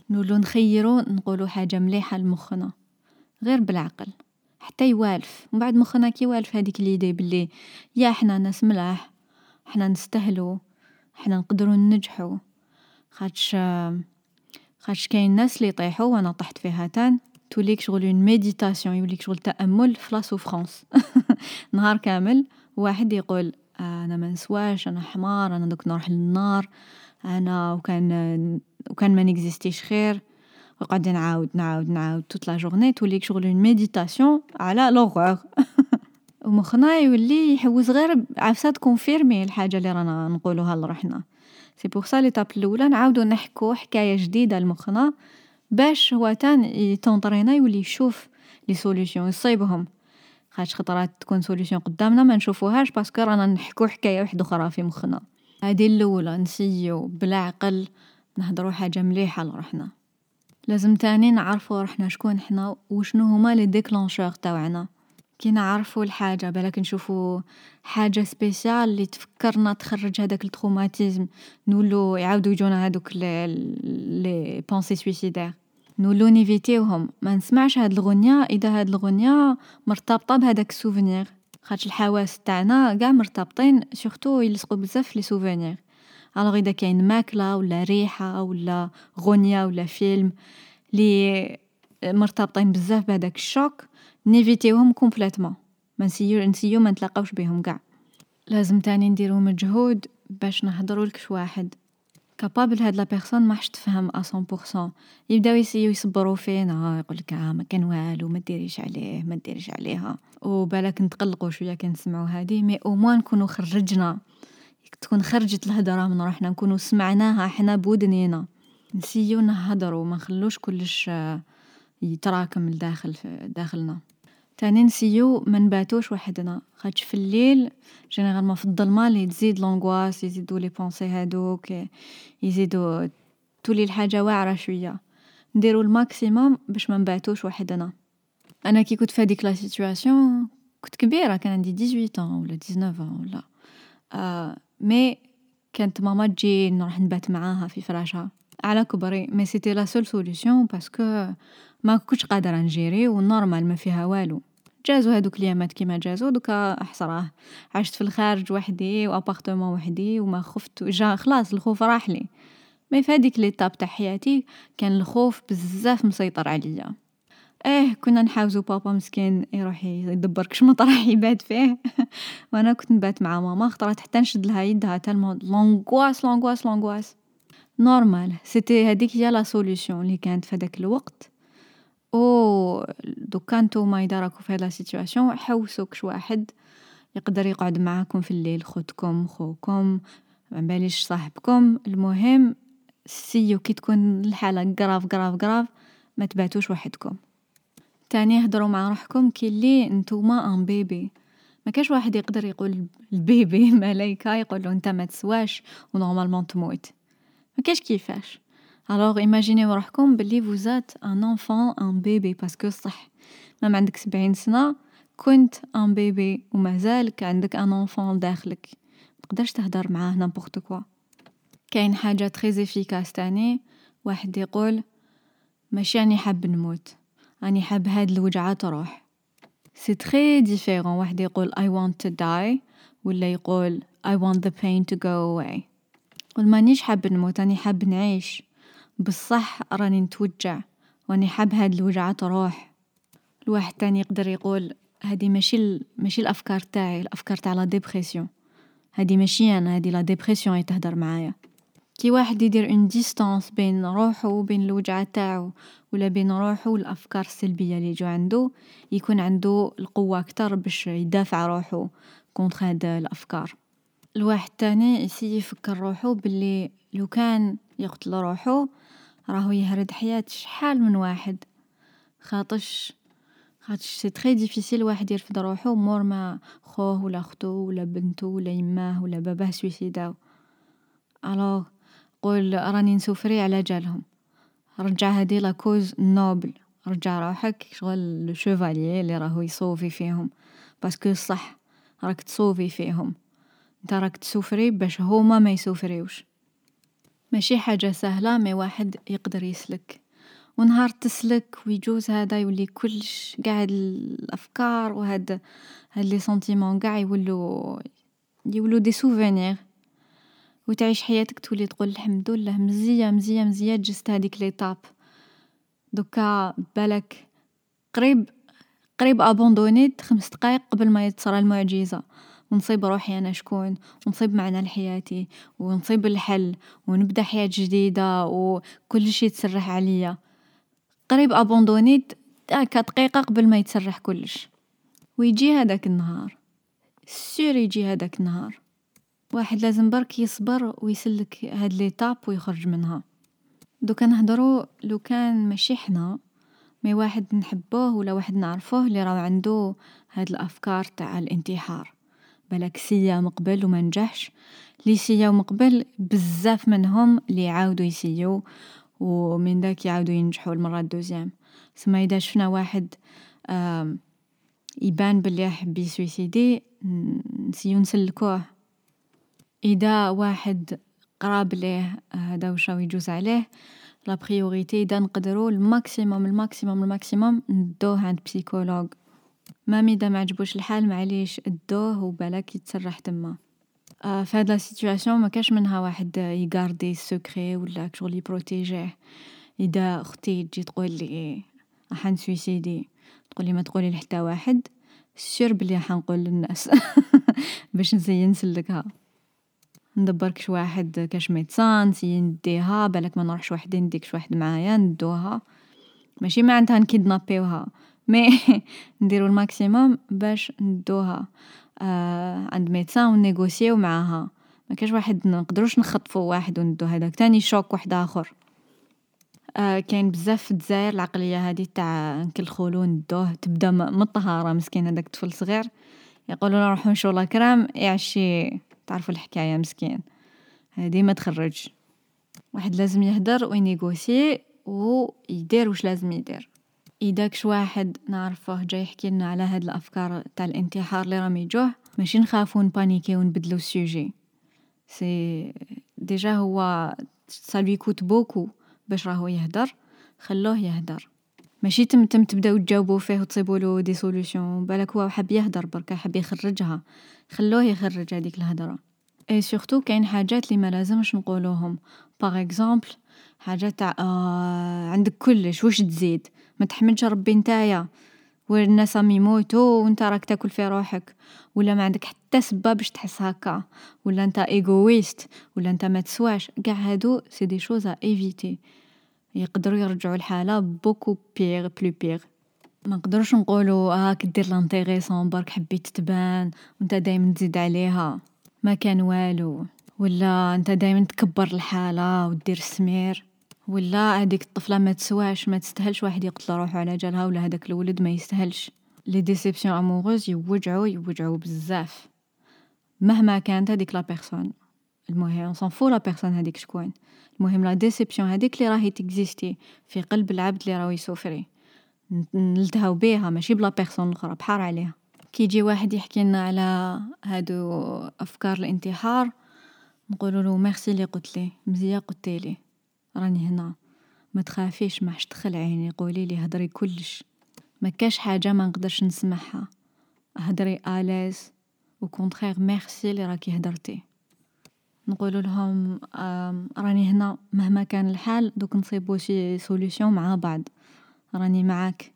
نولو نخيرو نقولو حاجة مليحة لمخنا غير بالعقل حتى يوالف، من بعد مخنا كي يوالف هذيك ليدي بلي يا حنا ناس ملاح، حنا نستاهلو، حنا نقدرو ننجحو. خاطش كاين ناس اللي يطيحوا وانا طحت فيها تان، توليك شغل اون ميديتاسيون، يوليك شغل تأمل في لا سوفرانس. نهار كامل واحد يقول انا ما نسواش، انا حمار، انا دوك نروح للنار، انا وكان ما نيكزيستيش خير، وقعد نعاود توت لا جورني، توليك شغل اون ميديتاسيون على لوغور. ومخنا يولي يحوس غير عفسات كونفيرمي الحاجة اللي رانا نقولوها لروحنا. سي بور سا ليتاب الاولى نعاودو نحكو حكاية جديدة لمخنا باش هو تان يتونطرينا يولي يشوف لي سوليوشن يصيبهم. خاطش خطرات تكون سوليوشن قدامنا ما نشوفوهاش باسكو رانا نحكو حكاية واحدة اخرى في مخنا. هذه الاولى نسيو بالعقل نهضروا حاجة مليحة لروحنا. لازم تاني نعرفوا روحنا شكون حنا وشنو هما لي ديكلونشور تاوعنا. كي نعرفوا الحاجة بالك نشوفوا حاجة سبيسيال اللي تفكرنا تخرج هذاك التروماتيزم، نولو يعاودوا يجونا هذوك لي بونسي سويسيدير، نولو نيفيتيوهم. ما نسمعش هاد الغنية اذا هاد الغنية مرتبطة بهذاك السوفينير، خاطش الحواس تاعنا كاع مرتبطين سورتو يلصقوا بزاف لي سوفينير. الوغ اذا كاين ماكلة ولا ريحة ولا غنية ولا فيلم لي مرتبطين بزاف بهذاك الشوك، نيفيتيوهم كومبليتمون، نسيو ما نتلاقاوش بهم كاع. لازم تاني نديرو مجهود باش نهضرو لكش واحد كابابل هاد لا بيرسون ماحش تفهم 100%، يبداو يسيو يصبروا فينا، يقولك ما كان والو، ما ديريش عليه، ما ديريش عليها، وبالك نتقلقوا شويه كي نسمعوا هذه. مي او موان نكونوا خرجنا، تكون خرجت الهضره من روحنا، نكونوا سمعناها حنا بودنينا، نسيو نهضروا، ما نخلوش كلش يتراكم لداخل داخلنا. تاني نسيو ما نباتوش وحدنا، خاطش في الليل جينيرالمون في الظلمه اللي تزيد لونغواس، يزيدوا لي بونسي هادوك، يزيدوا تولي الحاجه واعره شويه. نديروا الماكسيموم باش ما نباتوش وحدنا. انا كي كنت في هذيك لا سيتوياسيون كنت كبيره، كان عندي 18 ولا 19 ولا مي كانت ماما تجي نروح نبات معاها في فراشها على كبري. مي سيتي لا سول سوليوشن باسكو ما كنتش قادره نجيري، والنورمال ما فيها والو. جازو هذوك اليامات كيما جازو، دوكا احسراه عشت في الخارج وحدي وابارتمون وحدي وما خفت، جا خلاص الخوف راح لي. مي في هذيك ليطاب تاع حياتي كان الخوف بزاف مسيطر عليا. كنا نحاوزو بابا مسكين يروح يدبر كش مط راح يبات فيه. وانا كنت نبات مع ماما، خطرات حتى نشد لها يدها تالمون لونغواس نورمال. سيتي هذيك هي لا سوليوشن اللي كانت في هذاك الوقت. دوكا نتوما اذا راكو في هذه لا سيتوياسيون، حوسوا كش واحد يقدر يقعد معاكم في الليل، خوتكم، خوكم، ما باليش صاحبكم، المهم سيو كي تكون الحاله قراف ما تباتوش وحدكم. تاني هضروا مع روحكم كي اللي نتوما ان بيبي، ما كاش واحد يقدر يقول البيبي ملايكه يقول له انت ما تسواش ونورمالمون تموت، ما كاش كيفاش. alors imaginez روحكم باللي فوزات ان انفون ان بيبي، باسكو صح ما عندك 70 سنه كنت ان بيبي ومازالك عندك ان انفون داخلك، تقدرش تهدر معاه نامبورط كوا. كاين حاجه تري افيكاس تاني، واحد يقول ماشي راني حاب نموت، راني حاب هاد الوجعه تروح. سي تري ديفيرون، واحد يقول I want to die ولا يقول I want the pain to go away. قل مانيش حاب نموت، راني حاب نعيش، بالصح راني نتوجع واني حاب هاد الوجعه تروح. الواحد تاني يقدر يقول هادي ماشي الافكار تاعي، الافكار تاع لا ديبرسيون، هادي ماشي انا، هادي لا ديبرسيون يتهدر معايا. كي واحد يدير اون ديستانس بين روحه وبين الوجعه تاعو، ولا بين روحه والافكار السلبيه اللي جو عنده، يكون عنده القوه اكتر باش يدافع روحه كونتر هاد الافكار. الواحد تاني يسي يفكر روحه باللي لو كان يقتل روحه راهو يهرد حياة شحال من واحد. خاطش سي تري ديفيسيل واحد يرفد روحه مور ما خوه ولا اختو ولا بنته ولا يماه ولا باباه سويسيداو. الوغ قول راني نسوفري على جالهم، رجع هذه لا كوز نوبل، رجع روحك شغل لو شوفاليي اللي راهو يصوفي فيهم، باسكو صح راك تصوفي فيهم، انت راك تسوفري باش هما ما يسوفريوش. ماشي حاجة سهلة مي واحد يقدر يسلك، ونهار تسلك ويجوز هذا يولي كلش قاع الأفكار هاد لي سنتيمون قاع يولو دي سوفونير، وتعيش حياتك تولي تقول الحمد لله مزية مزية مزية جست هاديك ليطاب. دوكا بالك قريب ابوندونيت 5 دقايق قبل ما يتصرى المعجزة، ونصيب روحي انا شكون، ونصيب معنى لحياتي، ونصيب الحل، ونبدا حياة جديدة وكل شيء يتسرح عليا. قريب ابوندونيت هكا دقيقة قبل ما يتسرح كلش، ويجي هذاك النهار سور يجي هذاك النهار. واحد لازم برك يصبر ويسلك هاد ليطاب ويخرج منها. دوكا نهضروا لو كان ماشي حنا مي واحد نحبوه ولا واحد نعرفوه اللي راهو عنده هاد الافكار تاع الانتحار، بالك سيا مقبل وما نجحش، لي سياو مقبل بزاف منهم اللي يعاودوا يسيو ومن داك يعاودوا ينجحوا المره الدوزيام. سما اذا شفنا واحد يبان بلي يحب يسويسيدي نسيو نسلكوه. اذا واحد قراب ليه هذا واش راهو يجوز عليه، لا بريوريتي اذا نقدروا الماكسيموم ندوه عند بسيكولوج. مامي اذا ما عجبوش الحال معليش ادوه وبالك يتسرح تما. في هاد لا سيتوياسيون ما كاش منها واحد يغاردي السكري ولا شغل يبروتيجيه. اذا اختي تجي تقول لي راح نسويسيدي، تقول لي ما تقولي لحتى واحد، سير بلي راح نقول للناس باش نزيد نسلكها. ندبركش واحد كاش ميدسان نسيي نديها، بالك ما نروحش وحدي نديكش واحد معايا ندوها، ماشي معناتها نكيدنابيوها مي نديرو الماكسيموم باش ندوها عند ميدسان ونيغوسيو معاها. ما كاش واحد نقدروش نخطفوا واحد وندو هذاك تاني شوك واحد اخر. كاين بزاف في الجزائر العقليه هذه تاع نكلخولو ندوه، تبدا من الطهاره مسكين هذاك طفل صغير يقولوا له روحوا نشرو لا كرام يعشي، تعرفوا الحكايه مسكين هذه ما تخرج. واحد لازم يهدر وينيغوسي ويدير واش لازم يدير. اذا كش واحد نعرفه جاي يحكي لنا على هاد الافكار تاع الانتحار اللي راهم يجوه، ماشي نخافوا نبانيكي ونبدلو السوجي، سي ديجا هو سالوي كوت بوكو باش راهو يهدر، خلوه يهدر. ماشي تبداو تجاوبوا فيه وتصيبوا له دي سوليوشن، بالك هو حاب يهدر بركا حاب يخرجها، خلوه يخرج هذيك الهدره. اي سورتو كاين حاجات اللي ما لازمش نقولوهم. باغ اكزامبل حاجه تاع عندك كلش واش تزيد، ما تحمدش ربي نتايا والناس راهم يموتوا وانت راك تاكل في روحك، ولا ما عندك حتى سبب باش تحس هكا، ولا انت ايغويست، ولا انت ما تسواش. كاع هادو سي دي شوز ا ايفيتي، يقدروا يرجعوا الحاله بوكو بيغ بلو بيغ. ما نقدروش نقولوا هاك دير لانتيريسون برك حبيت تبان وانت دايما تزيد عليها ما كان والو، ولا انت دايما تكبر الحاله ودير السمير، ولا هذيك الطفله ما تسواش ما تستاهلش واحد يقتل روحه على جالها، ولا هذاك الولد ما يستاهلش. لي ديسيبسيون اموغوز يوجعوا بزاف مهما كانت هذيك لا بيرسون. المهم سون فو لا بيرسون هذيك شكون، المهم لا ديسيبسيون هذيك اللي راهي تكزيستي في قلب العبد اللي راهو يسوفري نلتهاو بيها، ماشي بلا بيرسون الاخرى بحار عليها. كي يجي واحد يحكي لنا على هادو افكار الانتحار نقولوا له ميرسي اللي قلت لي مزيه، قلت لي راني هنا، ما تخافيش ما حش تدخل عيني، قولي لي هضري كلش، ما كاش حاجه ما نقدرش نسمعها، هضري آلاز وكونترير ميرسي اللي راكي هدرتي. نقولوا لهم راني هنا مهما كان الحال، دوك نصيبوا شي سوليوشن مع بعض، راني معاك،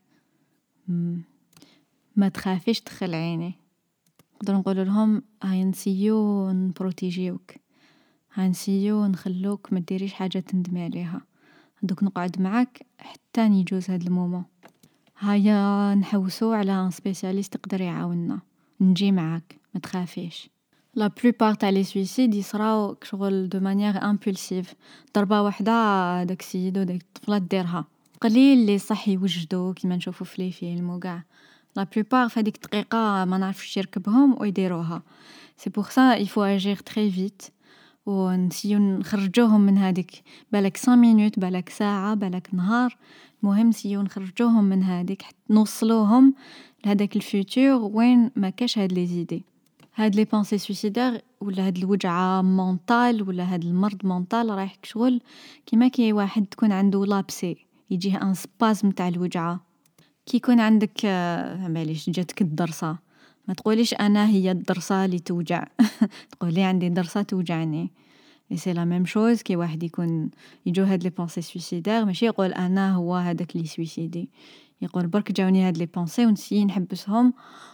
ما تخافيش دخل عيني. نقدر نقول لهم هاي نسيو نبروتيجيوك، هاي نسيو نخلوك ما ديريش حاجه تندمي عليها، دوك نقعد معاك حتى يجوز هاد المومون، هيا نحوسو على ان سبيسياليست يقدر يعاوننا، نجي معاك ما تخافيش. لا بلوبار تاع لي سويسيد يصراو شغل دو مانيير امبولسيف، ضربه واحده داك السيد وداك الطفله ديرها، قليل اللي صح يوجدو كيما نشوفو في لي فيلم وكاع. لا بلوبار في هذيك الدقيقه ما نعرفش يركبهم ويديروها. سي بور سا il faut agir très vite ونسيو نخرجوهم من هذيك، بالك 5 مينوت بالك ساعه بالك نهار، المهم نسيو نخرجوهم من هذيك حتى نوصلوهم لهذاك الفيوتور وين ما كاش هاد لي زيدي. هاد لي بونسي سويسيدير ولا هاد الوجعة مونطال ولا هاد المرض مونطال رايح شغل كيما كي واحد تكون عنده لابسي يجيه ان سبازم تاع الوجعة. كي يكون عندك معليش جاتك الضرسة، ما تقوليش انا هي الضرسة اللي توجع تقولي عندي ضرسة توجعني. اي سي لا ميم شوز كي واحد يكون يجو هاد لي بونسي سويسيدير ماشي يقول انا هو هذاك اللي سويسيدي، يقول برك جاوني هاد لي بونسي ونسيي نحبسهم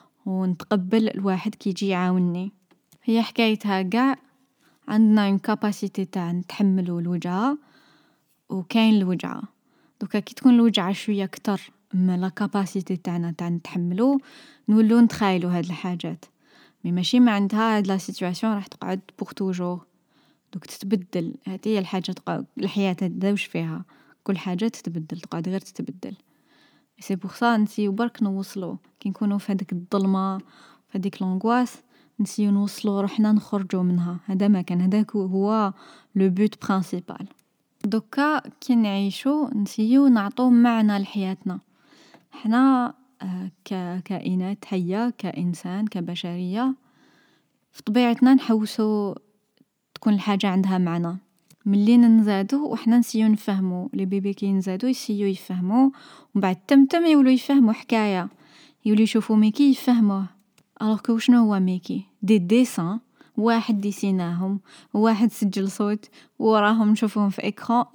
ونتقبل الواحد كي يجي يعاونني. هي حكايتها قاع عندنا اون كاباسيتي تاع نتحملوا الوجعة وكاين الوجعة. دوكا كي تكون الوجعة شوية كتر من لا كاباسيتي تاعنا تاع نتحملوا نولو نتخايلوا هاد الحاجات. مي ماشي معناتها هاد لا سيتوياسيون راح تقعد بوغ توجور. دوك تتبدل، هذه هي الحاجة تقعد الحياة تداوش فيها، كل حاجة تتبدل تقعد غير تتبدل. سي بوغ سا نسيو برك نوصلو كي نكونوا في هذيك الظلمة في هذيك لونغواس نسيو نوصلو روحنا نخرجوا منها. هذا ما كان هذاك هو لو بوت برينسيپال. دوكا كي نعيشو نسيو نعطو معنى لحياتنا. حنا ككائنات حية كإنسان كبشرية في طبيعتنا نحوسو تكون الحاجة عندها معنى. ملي نزادو وحنا نسيو نفهمو لي بيبي كي ينزادو يسيو يفهمو ومن بعد تم يولو يفهمو حكاية يولو يشوفو ميكي يفهموه. الوغ كو شنو هو ميكي دي ديسان واحد ديسيناهم واحد سجل صوت وراهم نشوفوهم في اكران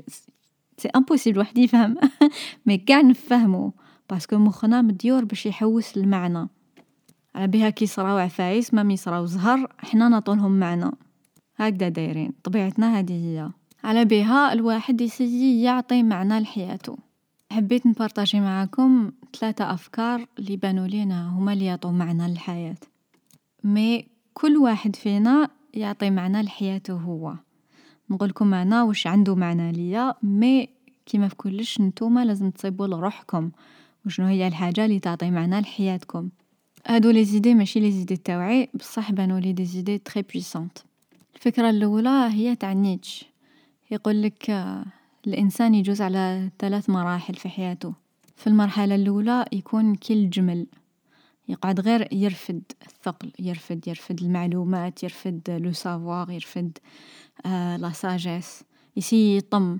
سي امبوسيبل واحد يفهم مي كاع نفهمو باسكو مخنا مديور باش يحوس المعنى. على بها كي صراو عفايس ما يصراو زهر حنا نعطولهم معنى. هكذا دايرين طبيعتنا هذه هي. على بها الواحد يسيي يعطي معنى لحياته. حبيت نبارطاجي معاكم 3 أفكار اللي بانوا لينا هما اللي يعطوا معنى للحياة. مي كل واحد فينا يعطي معنى لحياته هو. نقولكم أنا واش عنده معنى ليا، مي كيما في كلش نتوما لازم تصيبوا لروحكم وشنو هي الحاجة اللي تعطي معنى لحياتكم. هادو لي زيدي ماشي لي زيدي تاوعي بصح بانوا لي دي زيدي تري بويسونت. الفكرة الأولى هي تاع نيتشه، يقول لك الإنسان يجوز على 3 مراحل في حياته. في المرحلة الأولى يكون كي الجمل يقعد غير يرفد الثقل، يرفد المعلومات، يرفد لو سافوار، يرفد لا ساجيس، يسي يطم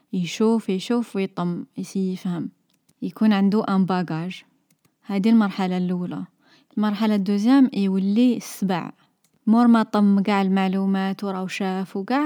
يشوف ويطم يسي يفهم، يكون عنده ان باغاج. هذه المرحلة الأولى. المرحلة الدوزيام يولي السبع، مور ما طم قاع المعلومات وراه شاف وقاع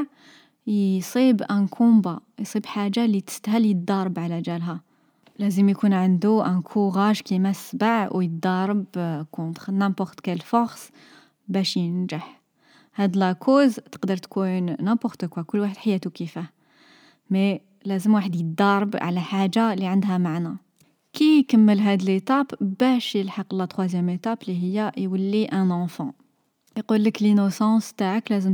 يصيب ان كومبا، يصيب حاجة اللي تستاهل يتضارب على جالها. لازم يكون عنده ان كوراج كيما السبع ويتضارب كونتر نامبورت كيل فورس باش ينجح. هاد لا كوز تقدر تكون نامبورت كوا، كل واحد حياته كيفاه، مي لازم واحد يتضارب على حاجة اللي عندها معنى. كي يكمل هاد ليتاب باش يلحق لا 3 ايتاب اللي هي يولي ان انفون. يقول لك لينوسونس تاعك لازم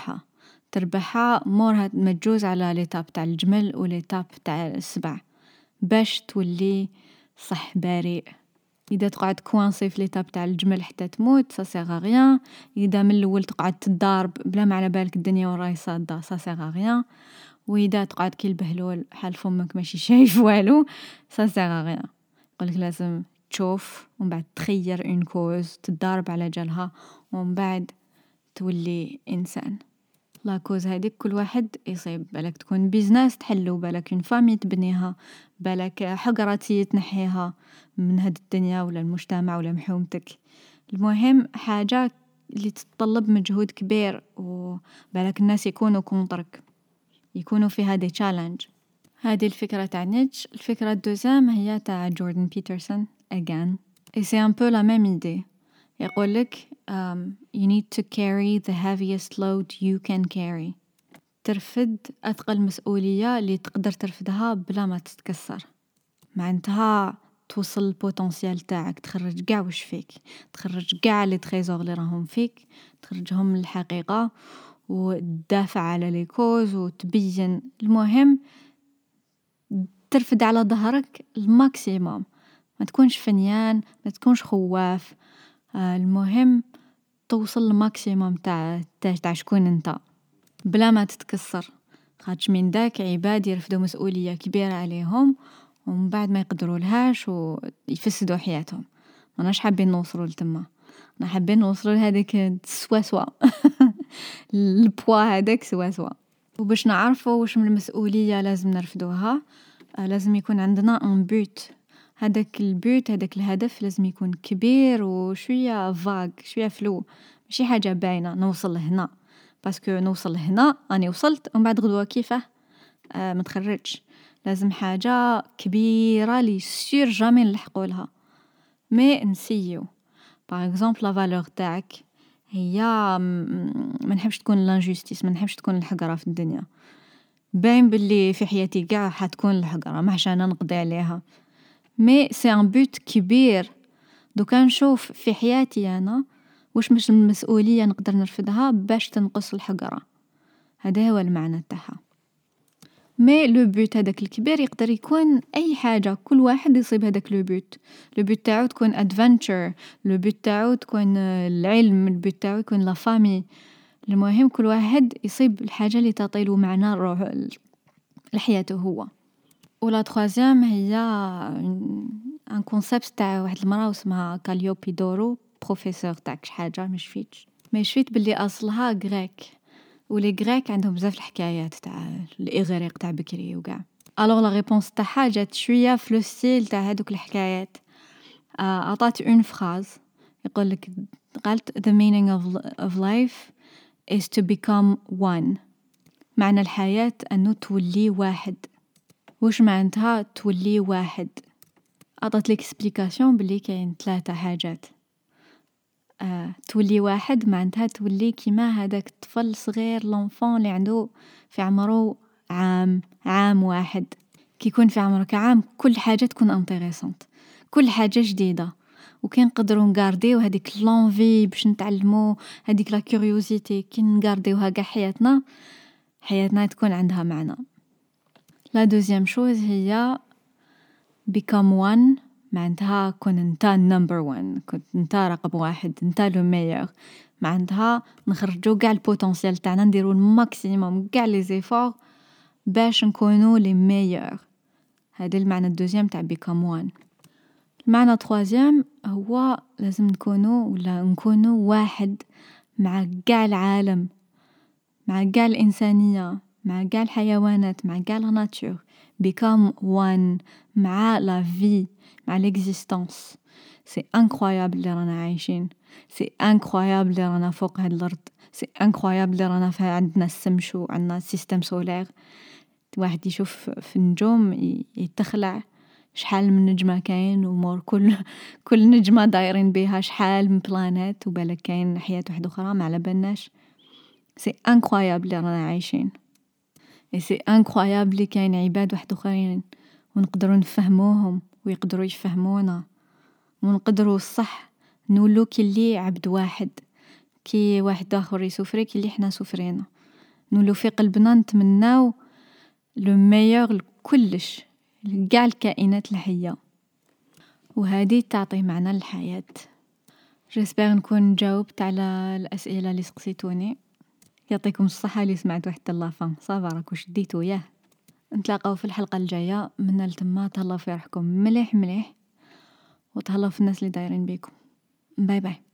تربحها مور ما تجوز على ليتاب تاع الجمل وليتاب تاع السبع باش تولي صح بريء. اذا تقعد كوانسي في ليتاب تاع الجمل حتى تموت سا سيغ ا ريان. اذا من الاول تقعد تضارب بلا ما على بالك الدنيا وراي صاده سا سيغ ا ريان. واذا تقعد كي البهلول حال فمك ماشي شايف والو سا سيغ ا ريان. يقولك لازم تشوف ومن بعد تخير اون كوز تضارب على جالها ومن بعد تولي انسان. لا كوز هذيك كل واحد يصيب، بالك تكون بيزنس تحلو، بالك اون فامي تبنيها، بالك حقرتي تنحيها من هاد الدنيا ولا المجتمع ولا محومتك. المهم حاجة اللي تتطلب مجهود كبير وبالك الناس يكونوا كونطرك، يكونوا في هذه تشالنج. هذه الفكرة تاع نيتش. الفكرة الدوزام هي تاع جوردن بيترسون again et c'est un peu la même idée. يقول لك you need to carry the heaviest load you can carry. ترفد أثقل مسؤولية اللي تقدر ترفدها بلا ما تتكسر. معناتها توصل البوتنسيال تاعك، تخرج قاع وش فيك، تخرج قاع لي تريزور اللي راهم فيك، تخرجهم للحقيقة وتدافع على لي كوز وتبين. المهم ترفد على ظهرك الماكسيموم، ما تكونش فنيان، ما تكونش خواف. المهم توصل الماكسيموم تاع شكون انت بلا ما تتكسر. خاطش من داك عباد يرفدوا مسؤولية كبيرة عليهم ومن بعد ما يقدروا لهاش ويفسدوا حياتهم. ماناش حابين نوصلوا لتما. انا حابين نوصلوا لهذيك السواسوا البوا هذاك سواسوا. وباش نعرفوا واش من المسؤوليه لازم نرفدوها، لازم يكون عندنا ان بوت. هذاك البوت، هذاك الهدف لازم يكون كبير وشويه فاغ، شويه فلو، ماشي حاجه باينه نوصل لهنا. باسكو نوصل لهنا راني وصلت ومن بعد غدوه كيفاه ما تخرجش. لازم حاجه كبيره لي سير جامي نلحقوا لها. مي نسيو باغ اكزومبل لا فالور تاعك هي ما نحبش تكون لانجوستيس، ما نحبش تكون الحقره في الدنيا. باين باللي في حياتي كاع حتكون الحقره، ما انا نقضي عليها. مي سي ان بوت كبير. دوكا نشوف في حياتي انا واش مش المسؤوليه نقدر نرفدها باش تنقص الحقره. هذا هو المعنى تاعها. مي لو بوت هذاك الكبير يقدر يكون اي حاجه، كل واحد يصيب هذاك لو بوت. لو بوت تاعو تكون ادفنتشر، لو بوت تاعو تكون العلم، لو بوت تاعو يكون لا فامي. المهم كل واحد يصيب الحاجه اللي تعطيله معنى الروح لحياته هو. ولا تخوازيام هي ان كونسيبت تاع واحد المراه اسمها كاليوبي دورو، بروفيسور تاع كش حاجه مش فيتش. ما يشفيت باللي اصلها غريك، ولي غريك عندهم بزاف الحكايات تاع الاغريق تاع بكري وكاع. الوغ لا ريبونس تاعها جات شويه في لو ستيل تاع هذوك الحكايات. عطات اون فراز يقول لك، قالت the meaning of life is to become one. معنى الحياة أنه تولي واحد. وش معناتها تولي واحد؟ عطت لك اكسبليكاسيون بلي كاين 3 حاجات. تولي واحد معناتها تولي كيما هذاك الطفل صغير لونفون اللي عنده في عمره عام واحد. كي يكون في عمرك عام كل حاجة تكون انتريسانت، كل حاجة جديدة، وكي نقدروا نغارديو هذيك لونفي باش نتعلموا، هذيك لا كيوريوزيتي كي نغارديوها كاع حياتنا تكون عندها معنى. لا دوزيام شوز هي become one. معناتها كون انت number one، كنت انت رقم واحد، انت لو ميور. معناتها نخرجوا كاع البوتنسيال تاعنا، نديروا الماكسيموم كاع لي زيفور باش نكونوا لي ميور. هذا المعنى الدوزيام تاع become one. المعنى الثالث هو لازم نكونوا واحد مع كاع العالم، مع كاع الإنسانية، مع كاع الحيوانات، مع كاع لا ناتور. become one مع لا في، مع l'existence. سي انكرويابل اللي رانا عايشين، سي انكرويابل اللي رانا فوق هاد الارض، سي انكرويابل اللي رانا عندنا الشمس وعندنا السيستم سولير. واحد يشوف في النجوم يتخلع شحال من نجمه كاين، ومور كل نجمه دايرين بها شحال من بلانيت، وبالك كاين حياه واحده اخرى ما على بالناش. سي انكرويابل اللي رانا عايشين، سي انكرويابل اللي كاين عباد واحد اخرين ونقدروا نفهموهم ويقدروا يفهمونا، ونقدروا الصح نولو كي اللي عبد واحد، كي واحد اخر يسوفري كي اللي احنا سوفرينا، نولو في قلبنا نتمناو لو ميور لكلش، لكاع الكائنات الحيه. وهذه تعطي معنى للحياه. جيسبر نكون جاوبت على الاسئله اللي سقسيتوني. يعطيكم الصحه اللي سمعتوا حتى لافان. صافا راكو شديتو ياه. نتلاقاو في الحلقه الجايه. من التما تهلاو في روحكم مليح مليح، وتهلاو في الناس اللي دايرين بيكم. باي باي.